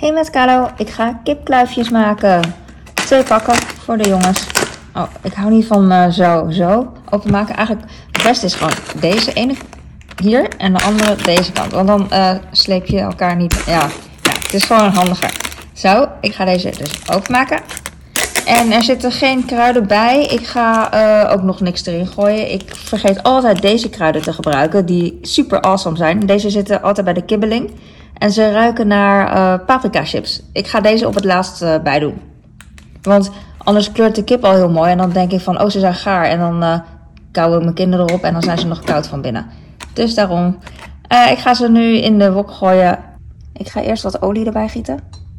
Hey met Carlo, ik ga kipkluifjes maken. 2 pakken voor de jongens. Oh, ik hou niet van zo openmaken. Eigenlijk het beste is gewoon deze ene hier en de andere deze kant. Want dan sleep je elkaar niet. Ja, het is gewoon handiger. Zo, ik ga deze dus openmaken. En er zitten geen kruiden bij. Ik ga ook nog niks erin gooien. Ik vergeet altijd deze kruiden te gebruiken. Die super awesome zijn. Deze zitten altijd bij de kibbeling. En ze ruiken naar paprika chips. Ik ga deze op het laatst bij doen. Want anders kleurt de kip al heel mooi. En dan denk ik van, oh, ze zijn gaar. En dan kauwen mijn kinderen erop. En dan zijn ze nog koud van binnen. Dus daarom. Ik ga ze nu in de wok gooien. Ik ga eerst wat olie erbij gieten.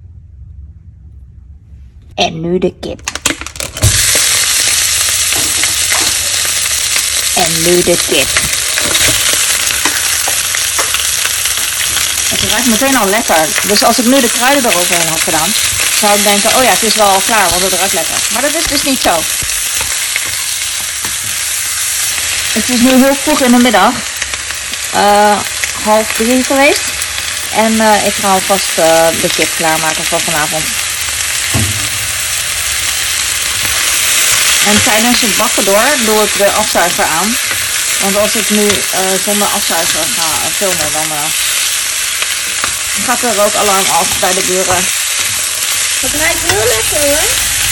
En nu de kip. En nu de kip. Het ruikt meteen al lekker. Dus als ik nu de kruiden eroverheen had gedaan, zou ik denken, oh ja, het is wel al klaar, want het ruikt lekker. Maar dat is dus niet zo. Het is nu heel vroeg in de middag. 2:30 geweest. En ik ga alvast de kip klaarmaken voor vanavond. En tijdens het bakken door doe ik de afzuiger aan. Want als ik nu zonder afzuiger ga filmen, dan gaat er ook alarm af bij de buren. Het ruikt heel lekker hoor.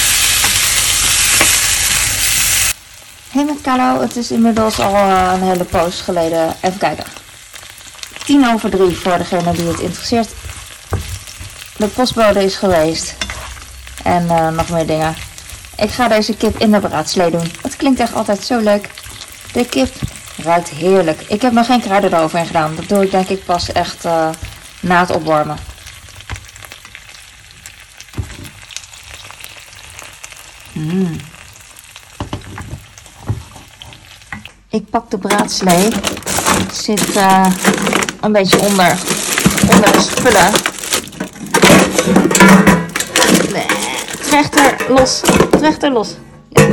Hey met Carlo, het is inmiddels al een hele poos geleden. Even kijken. 2:10 voor degene die het interesseert. De postbode is geweest. En nog meer dingen. Ik ga deze kip in de braadslee doen. Het klinkt echt altijd zo leuk. De kip ruikt heerlijk. Ik heb nog geen kruiden eroverheen gedaan. Dat doe ik denk ik pas echt na het opwarmen. Ik pak de braadslee. Het zit een beetje onder de spullen. Trechter los. Ja.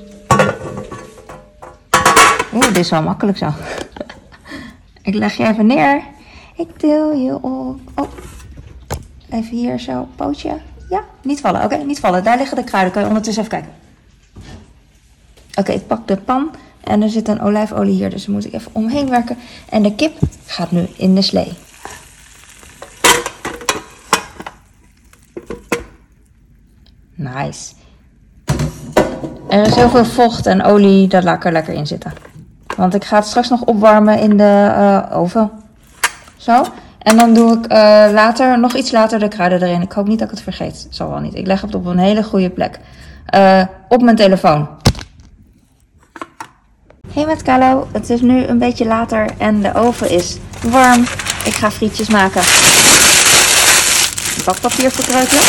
Oeh, dit is wel makkelijk zo. Ik leg je even neer. Ik til je op. Oh. Even hier zo, pootje. Ja, niet vallen. Oké, niet vallen. Daar liggen de kruiden. Kan je ondertussen even kijken. Oké, ik pak de pan. En er zit een olijfolie hier. Dus daar moet ik even omheen werken. En de kip gaat nu in de slee. Nice. Er is heel veel vocht en olie. Dat laat ik er lekker in zitten. Want ik ga het straks nog opwarmen in de oven. Zo. En dan doe ik nog iets later de kruiden erin. Ik hoop niet dat ik het vergeet. Zal wel niet. Ik leg het op een hele goede plek. Op mijn telefoon. Hey met Carlo. Het is nu een beetje later en de oven is warm. Ik ga frietjes maken. Bakpapier verkreukelen.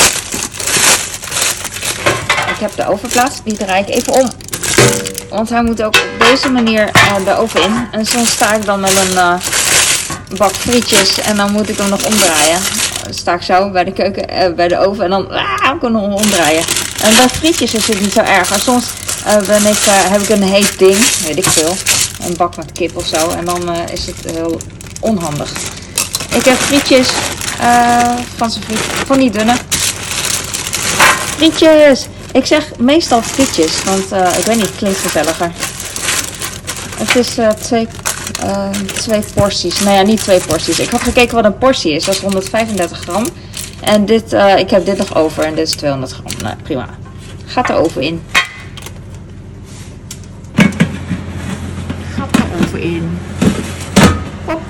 Ik heb de ovenplaat. Die draai ik even om. Want hij moet ook op deze manier de oven in. En soms sta ik dan met een bak frietjes en dan moet ik hem nog omdraaien. Dan sta ik zo bij de keuken, bij de oven en dan kan ik hem omdraaien. En bij frietjes is het niet zo erg. Maar soms heb ik een heet ding, weet ik veel. Een bak met kip of zo. En dan is het heel onhandig. Ik heb frietjes van die dunne. Frietjes! Ik zeg meestal frietjes, want ik weet niet, het klinkt gezelliger. Het is 2 porties. Nou ja, niet 2 porties. Ik had gekeken wat een portie is. Dat is 135 gram. En ik heb dit nog over en dit is 200 gram. Nou, prima. Gaat de oven in. Gaat de oven in. Hop.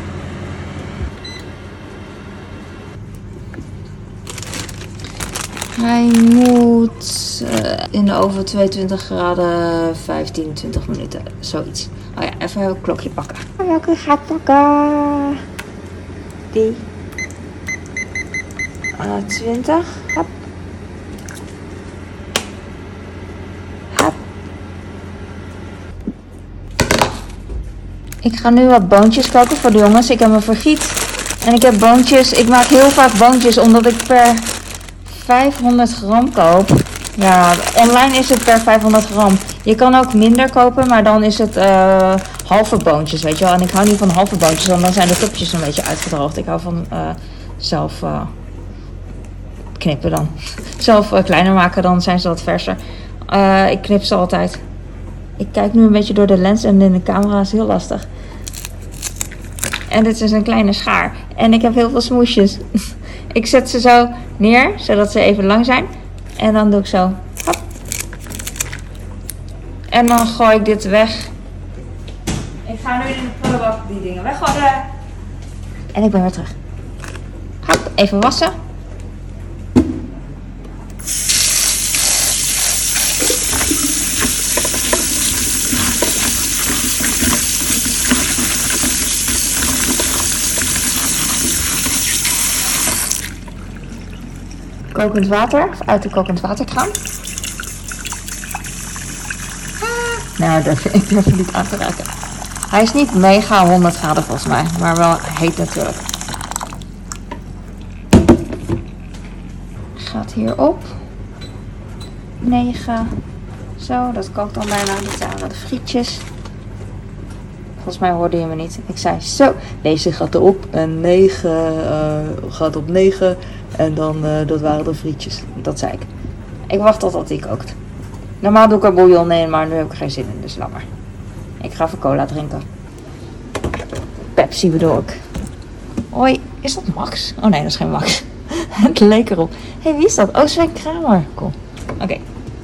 Hij moet in de oven 22 graden, 15, 20 minuten. Zoiets. Oh ja, even een klokje pakken. Welke ga ik pakken? Die. 20. Hop. Hop. Ik ga nu wat boontjes koken voor de jongens. Ik heb een vergiet. En ik heb boontjes. Ik maak heel vaak boontjes omdat ik per 500 gram koop. Ja, online is het per 500 gram. Je kan ook minder kopen, maar dan is het halve boontjes, weet je wel. En ik hou niet van halve boontjes, want dan zijn de topjes een beetje uitgedroogd. Ik hou van zelf knippen dan. Zelf kleiner maken, dan zijn ze wat verser. Ik knip ze altijd. Ik kijk nu een beetje door de lens en in de camera is heel lastig. En dit is een kleine schaar. En ik heb heel veel smoesjes. Ik zet ze zo neer, zodat ze even lang zijn. En dan doe ik zo. Hop. En dan gooi ik dit weg. Ik ga nu in de prullenbak die dingen weggooien. En ik ben weer terug. Hop, even wassen. Kokend water, uit de kokend waterkraan. Nou, ik durf het niet aan te raken. Hij is niet mega 100 graden volgens mij, maar wel heet natuurlijk. Gaat hierop. 9. Zo, dat kookt dan bijna. Dit waren de frietjes. Volgens mij hoorde je me niet. Ik zei zo, deze gaat erop en 9 gaat op 9. En dan, dat waren de frietjes. Dat zei ik. Ik wacht totdat die kookt. Normaal doe ik er bouillon in, maar nu heb ik geen zin in, dus laat maar. Ik ga even cola drinken. Pepsi bedoel ik. Hoi, is dat Max? Oh nee, dat is geen Max. Het leek erop. Hé, wie is dat? Oh, Sven Kramer. Cool. Oké.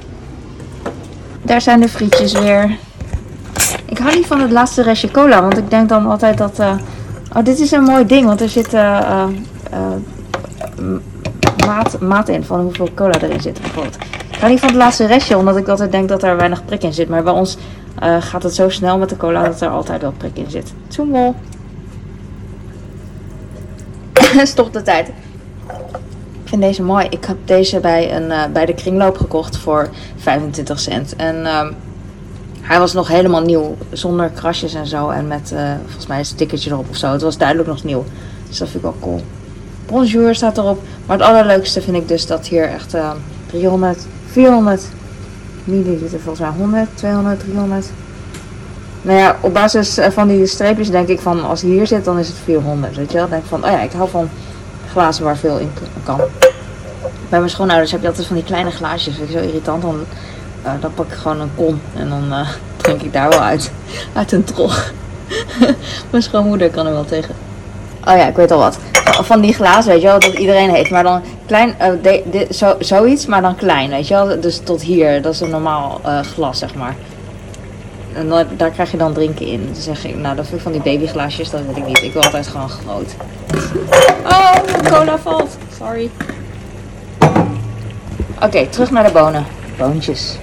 Daar zijn de frietjes weer. Ik hou niet van het laatste restje cola, want ik denk dan altijd dat... Oh, dit is een mooi ding, want er zit maat in van hoeveel cola erin zit bijvoorbeeld. Ik hou niet van het laatste restje, omdat ik altijd denk dat er weinig prik in zit. Maar bij ons gaat het zo snel met de cola dat er altijd wel prik in zit. Zoemel. Stop de tijd. Ik vind deze mooi. Ik heb deze bij de kringloop gekocht voor 25 cent. En hij was nog helemaal nieuw. Zonder krasjes en zo. En met volgens mij een stickertje erop of zo. Het was duidelijk nog nieuw. Dus dat vind ik wel cool. Bonjour staat erop. Maar het allerleukste vind ik dus dat hier echt 300, 400 milliliter volgens mij. 100, 200, 300. Nou ja, op basis van die streepjes denk ik van als hij hier zit dan is het 400. Weet je wel? Denk ik van, oh ja, ik hou van glazen waar veel in kan. Bij mijn schoonouders heb je altijd van die kleine glaasjes. Vind ik zo irritant. Dan pak ik gewoon een kom en dan drink ik daar wel uit een trog. Mijn schoonmoeder kan er wel tegen. Oh ja, ik weet al wat. Van die glazen, weet je wel, dat iedereen heeft. Maar dan klein, zoiets, maar dan klein, weet je wel. Dus tot hier, dat is een normaal glas, zeg maar. En daar krijg je dan drinken in. Dan zeg ik, nou, dat vind ik van die babyglaasjes, dat wil ik niet. Ik wil altijd gewoon groot. Oh, de cola valt. Sorry. Oké, terug naar de bonen. Boontjes.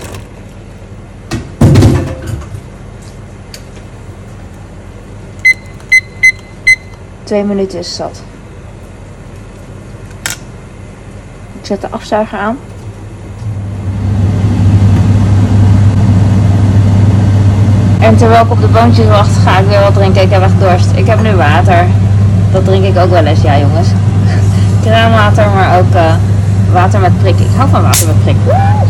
Twee minuten is zat. Ik zet de afzuiger aan. En terwijl ik op de boontjes wacht, ga ik weer wat drinken. Ik heb echt dorst. Ik heb nu water. Dat drink ik ook wel eens, ja jongens. Kraanwater, maar ook water met prik. Ik hou van water met prik.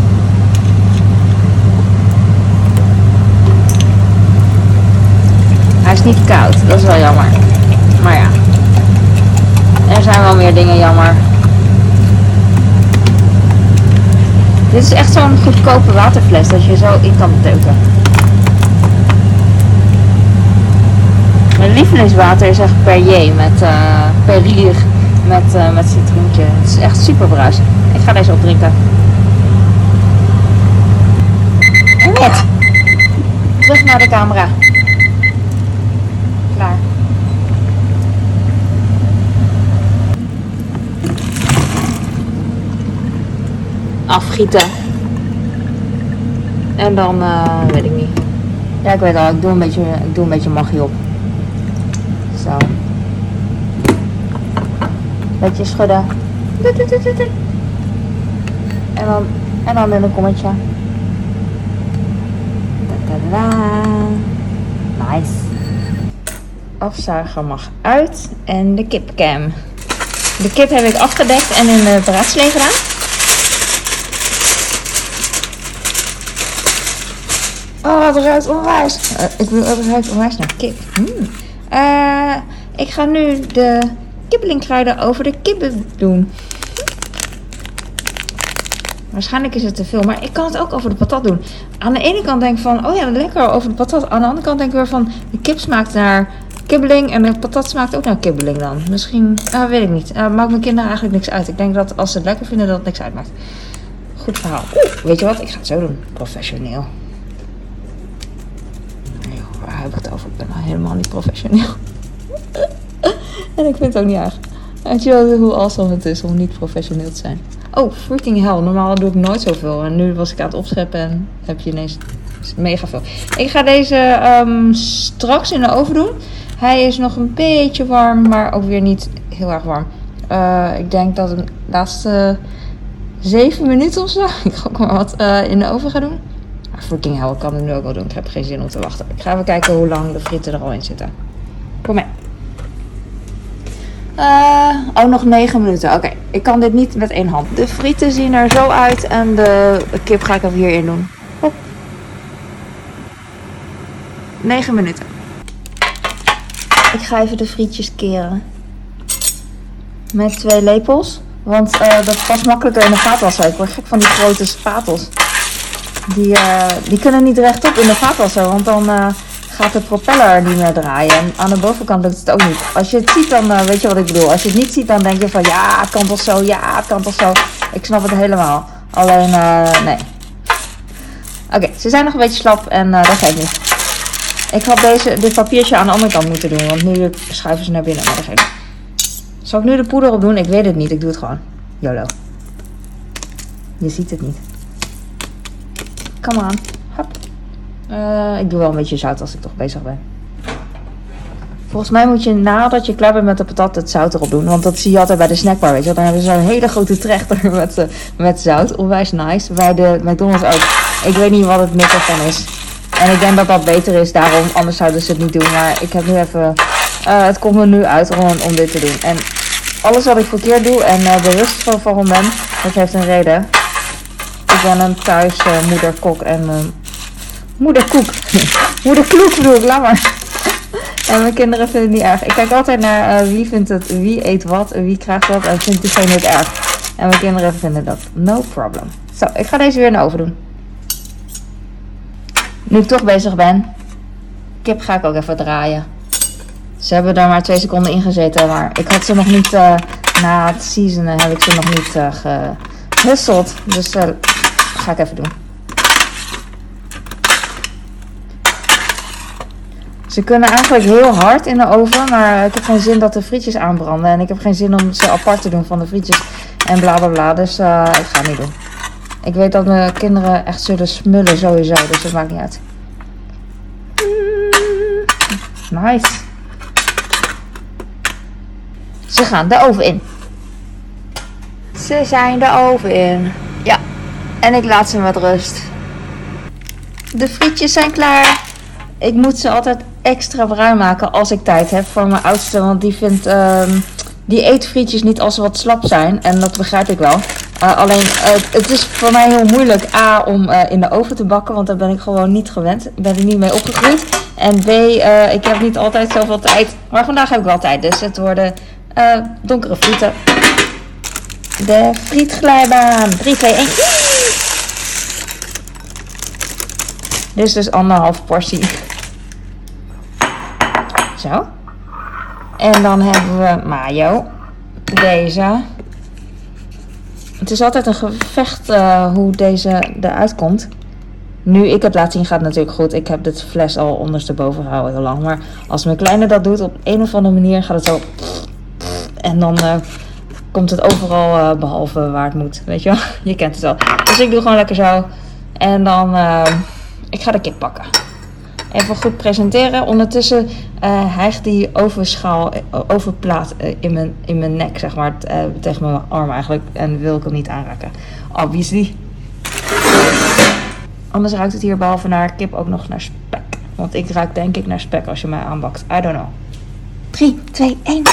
Hij is niet koud, dat is wel jammer. Maar ja, er zijn wel meer dingen jammer. Dit is echt zo'n goedkope waterfles dat je zo in kan deuken. Mijn lievelingswater is echt Perrier met Perrier met citroentje. Het is echt super bruis. Ik ga deze opdrinken. En net. Terug naar de camera. Klaar. Afgieten. En dan weet ik niet. Ja, ik weet al, ik doe een beetje magie op. Zo. Beetje schudden. En dan in een kommetje. Tadaa. Nice. Afzuiger mag uit. En de kipcam. De kip heb ik afgedekt en in de braadslee gedaan. Oh, het ruikt onwijs. Het ruikt onwijs naar kip. Ik ga nu de kippeling kruiden over de kippen doen. Waarschijnlijk is het te veel, maar ik kan het ook over de patat doen. Aan de ene kant denk ik van, oh ja, lekker over de patat. Aan de andere kant denk ik weer van, de kip smaakt naar kibbeling en de patat smaakt ook naar kibbeling dan. Misschien, weet ik niet. Maakt mijn kinderen eigenlijk niks uit. Ik denk dat als ze het lekker vinden, dat het niks uitmaakt. Goed verhaal. Weet je wat? Ik ga het zo doen. Professioneel. Nee, waar heb ik het over? Ik ben nou helemaal niet professioneel. En ik vind het ook niet erg. Weet je wel hoe awesome het is om niet professioneel te zijn? Oh, freaking hell. Normaal doe ik nooit zoveel. En nu was ik aan het opscheppen en heb je ineens mega veel. Ik ga deze straks in de oven doen. Hij is nog een beetje warm, maar ook weer niet heel erg warm. Ik denk dat de laatste 7 minuten of zo. Ik ga ook maar wat in de oven gaan doen. Maar freaking hell, ik kan het nu ook wel doen. Ik heb geen zin om te wachten. Ik ga even kijken hoe lang de frieten er al in zitten. Kom mee. Nog 9 minuten. Oké, ik kan dit niet met 1 hand. De frieten zien er zo uit en de kip ga ik even hierin doen. Hop. 9 minuten. Ik ga even de frietjes keren. Met 2 lepels. Want dat past makkelijker in de vaatwasser. Ik word gek van die grote spatels. Die kunnen niet rechtop in de vaatwasser. Want dan gaat de propeller niet meer draaien. En aan de bovenkant lukt het ook niet. Als je het ziet, dan weet je wat ik bedoel. Als je het niet ziet, dan denk je van ja, het kan toch zo. Ja, het kan toch zo. Ik snap het helemaal. Alleen, nee. Oké, ze zijn nog een beetje slap en dat geeft niet. Ik had dit papiertje aan de andere kant moeten doen. Want nu schuiven ze naar binnen. Maar dat geeft niet. Zal ik nu de poeder op doen? Ik weet het niet. Ik doe het gewoon. YOLO. Je ziet het niet. Come on. Hop. Ik doe wel een beetje zout als ik toch bezig ben. Volgens mij moet je nadat je klaar bent met de patat het zout erop doen. Want dat zie je altijd bij de snackbar, weet je wel. Dan hebben ze zo'n hele grote trechter met zout. Onwijs nice. Bij de McDonald's ook. Ik weet niet wat het nut ervan is. En ik denk dat dat beter is. Daarom, anders zouden ze het niet doen. Maar ik heb nu even... het komt me nu uit om dit te doen. En alles wat ik verkeerd doe en bewust van ben, dat heeft een reden. Ik ben een thuis moederkok en moederkoek. Moederkloek bedoel ik, laat maar. En mijn kinderen vinden het niet erg. Ik kijk altijd naar wie eet wat en wie krijgt wat en vindt diegene het erg. En mijn kinderen vinden dat no problem. Zo, ik ga deze weer in de oven doen. Nu ik toch bezig ben, kip ga ik ook even draaien. Ze hebben daar maar 2 seconden in gezeten, maar ik had ze nog niet, na het seasonen heb ik ze nog niet gehusteld. Dus ga ik even doen. Ze kunnen eigenlijk heel hard in de oven, maar ik heb geen zin dat de frietjes aanbranden. En ik heb geen zin om ze apart te doen van de frietjes en bla bla bla. Dus ik ga het niet doen. Ik weet dat mijn kinderen echt zullen smullen sowieso, dus dat maakt niet uit. Nice. Ze gaan de oven in. Ze zijn de oven in. Ja. En ik laat ze met rust. De frietjes zijn klaar. Ik moet ze altijd extra bruin maken als ik tijd heb voor mijn oudste. Want die vindt... die eet frietjes niet als ze wat slap zijn. En dat begrijp ik wel. Alleen het is voor mij heel moeilijk. A, om in de oven te bakken. Want daar ben ik gewoon niet gewend. Ik ben er niet mee opgegroeid. En B, ik heb niet altijd zoveel tijd. Maar vandaag heb ik wel tijd. Dus het worden donkere frieten. De frietglijbaan. 3, 2, 1. Dit is dus 1,5 portie. Zo. En dan hebben we mayo. Deze. Het is altijd een gevecht hoe deze eruit komt. Nu ik het laat zien gaat het natuurlijk goed. Ik heb dit fles al ondersteboven gehouden heel lang. Maar als mijn kleine dat doet op een of andere manier gaat het zo... En dan komt het overal behalve waar het moet. Weet je wel? Je kent het wel. Dus ik doe gewoon lekker zo. En dan... ik ga de kip pakken. Even goed presenteren. Ondertussen hijgt die ovenplaat in mijn nek, zeg maar. Tegen mijn arm eigenlijk. En wil ik hem niet aanraken. Obviously. Anders ruikt het hier behalve naar kip ook nog naar spek. Want ik ruik denk ik naar spek als je mij aanbakt. I don't know. 3, 2, 1.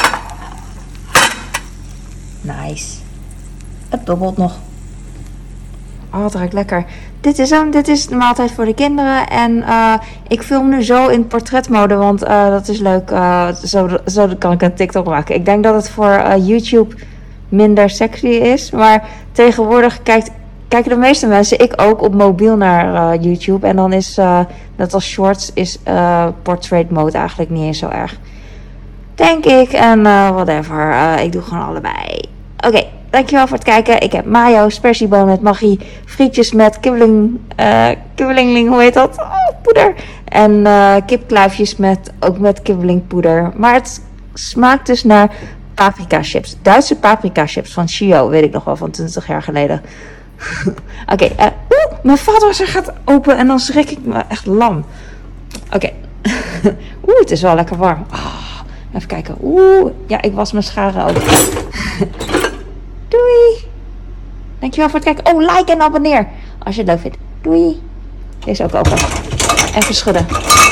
Nice. Het bubbelt nog. Oh, het ruikt lekker. Dit is hem. Dit is de maaltijd voor de kinderen. En ik film nu zo in portretmode. Want dat is leuk. Zo kan ik een TikTok maken. Ik denk dat het voor YouTube minder sexy is. Maar tegenwoordig kijkt kijken de meeste mensen, ik ook, op mobiel naar YouTube. En dan is, net als shorts, is portrait mode eigenlijk niet eens zo erg. Denk ik. En whatever. Ik doe gewoon allebei. Oké, dankjewel voor het kijken. Ik heb mayo, spersiebonen met magie, frietjes met kibbeling, hoe heet dat? Oh, poeder. En kipkluifjes ook met kibbelingpoeder. Maar het smaakt dus naar paprika chips. Duitse paprika chips van Chio, weet ik nog wel, van 20 jaar geleden. Oké, mijn vaatwasser gaat open en dan schrik ik me echt lam. Oké. Het is wel lekker warm. Even kijken. Ja, ik was mijn scharen ook. Doei. Dankjewel voor het kijken. Like en abonneer als je het leuk vindt. Doei. Deze ook open. Even schudden.